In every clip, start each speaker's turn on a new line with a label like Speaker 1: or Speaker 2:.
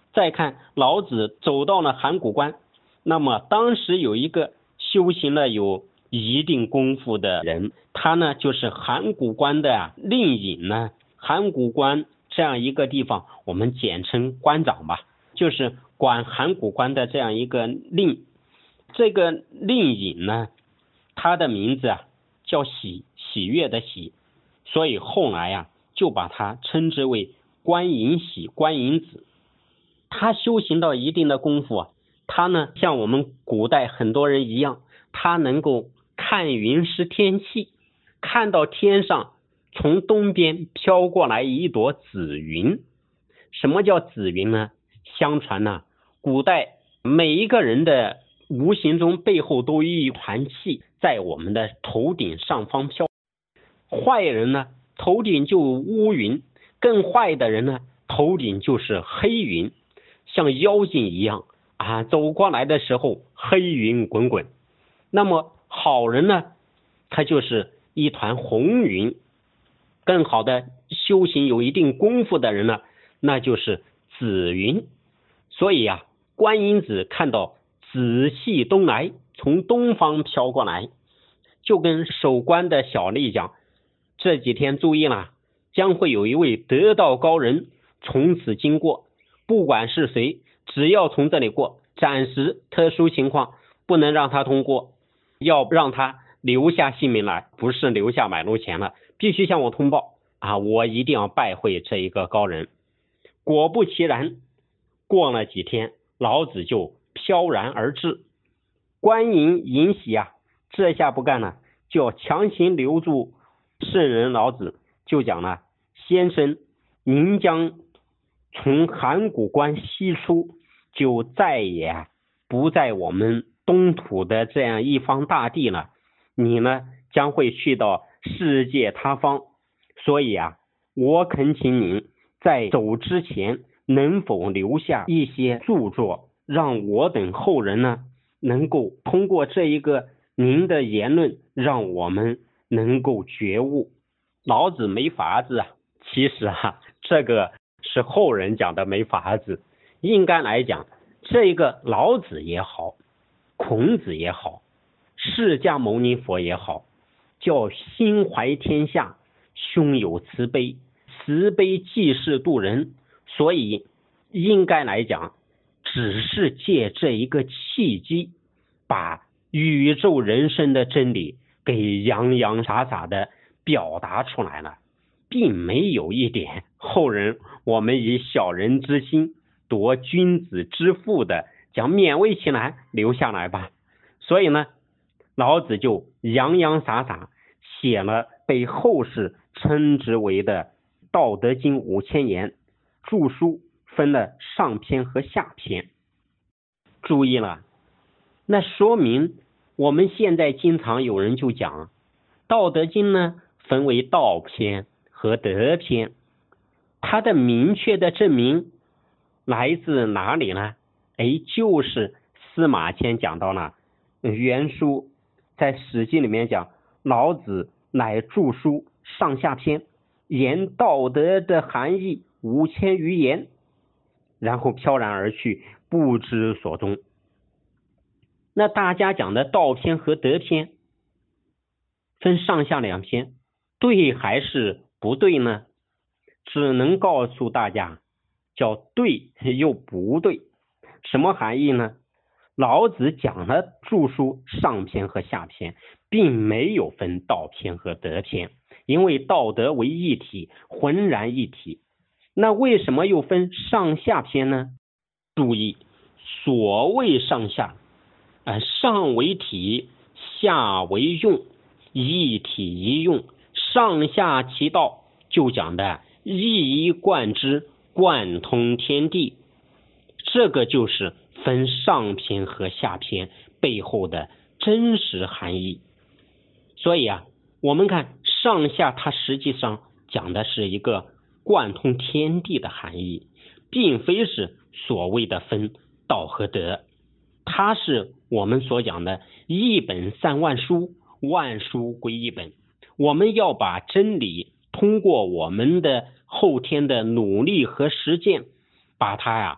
Speaker 1: 再看老子走到了函谷关，那么当时有一个修行了有一定功夫的人，他呢就是函谷关的令尹呢。函谷关这样一个地方，我们简称关长吧，就是管函谷关的这样一个令。这个令尹呢，他的名字叫喜悦的喜，所以后来就把他称之为关尹喜、关尹子。他修行到一定的功夫他呢像我们古代很多人一样，他能够看云识天气，看到天上从东边飘过来一朵紫云。什么叫紫云呢？相传古代每一个人的无形中背后都有一团气在我们的头顶上方飘。坏人呢，头顶就乌云；更坏的人呢，头顶就是黑云，像妖精一样走过来的时候黑云滚滚。那么好人呢，他就是一团红云。更好的修行有一定功夫的人呢，那就是紫云。所以观音子看到紫气东来，从东方飘过来，就跟守关的小吏讲，这几天注意了，将会有一位得道高人从此经过，不管是谁，只要从这里过，暂时特殊情况不能让他通过，要让他留下姓名来，不是留下买路钱了，必须向我通报我一定要拜会这一个高人。果不其然，过了几天，老子就飘然而至。关尹喜这下不干了，就要强行留住圣人老子，就讲了，先生您将从函谷关西出，就再也不在我们东土的这样一方大地了，你呢将会去到世界他方，所以我恳请您在走之前能否留下一些著作，让我等后人呢能够通过这一个您的言论，让我们能够觉悟。老子没法子其实这个是后人讲的没法子。应该来讲，这一个老子也好，孔子也好，释迦牟尼佛也好，叫心怀天下，胸有慈悲，慈悲济世度人。所以应该来讲，只是借这一个契机，把宇宙人生的真理给洋洋洒洒的表达出来了，并没有一点后人我们以小人之心夺君子之腹的讲勉为其难，留下来吧。所以呢，老子就洋洋洒洒写了被后世称之为的《道德经》5000言，著书分了上篇和下篇。注意了，那说明我们现在经常有人就讲，《道德经》呢分为道篇和德篇，它的明确的证明来自哪里呢？就是司马迁讲到了原书，在史记里面讲，老子乃著书上下篇，言道德的含义5000余言，然后飘然而去，不知所踪。那大家讲的道篇和德篇分上下两篇，对还是不对呢？只能告诉大家，叫对又不对。什么含义呢？老子讲了著书上篇和下篇，并没有分道篇和德篇，因为道德为一体，浑然一体。那为什么又分上下篇呢？注意，所谓上下，上为体，下为用，一体一用，上下其道，就讲的一以贯之，贯通天地。这个就是分上篇和下篇背后的真实含义。所以我们看上下，它实际上讲的是一个贯通天地的含义，并非是所谓的分道和德。它是我们所讲的一本散万书，万书归一本。我们要把真理通过我们的后天的努力和实践，把它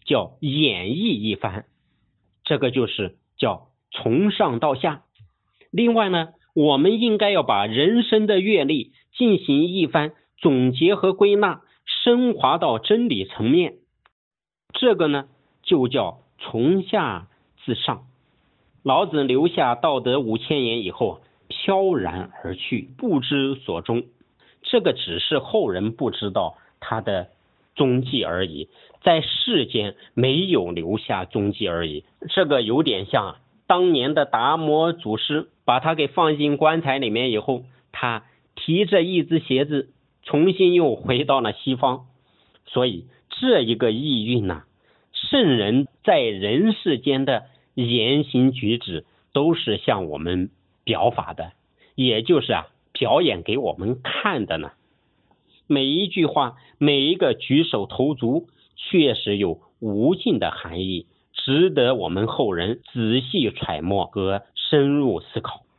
Speaker 1: 叫演绎一番，这个就是叫从上到下。另外呢，我们应该要把人生的阅历进行一番总结和归纳，升华到真理层面，这个呢就叫从下自上。老子留下道德5000年以后，飘然而去，不知所终。这个只是后人不知道他的踪迹而已，在世间没有留下踪迹而已。这个有点像当年的达摩祖师，把他给放进棺材里面以后，他提着一只鞋子重新又回到了西方。所以这一个意蕴呢，圣人在人世间的言行举止都是向我们表法的，也就是表演给我们看的呢。每一句话，每一个举手投足，确实有无尽的含义，值得我们后人仔细揣摩和深入思考。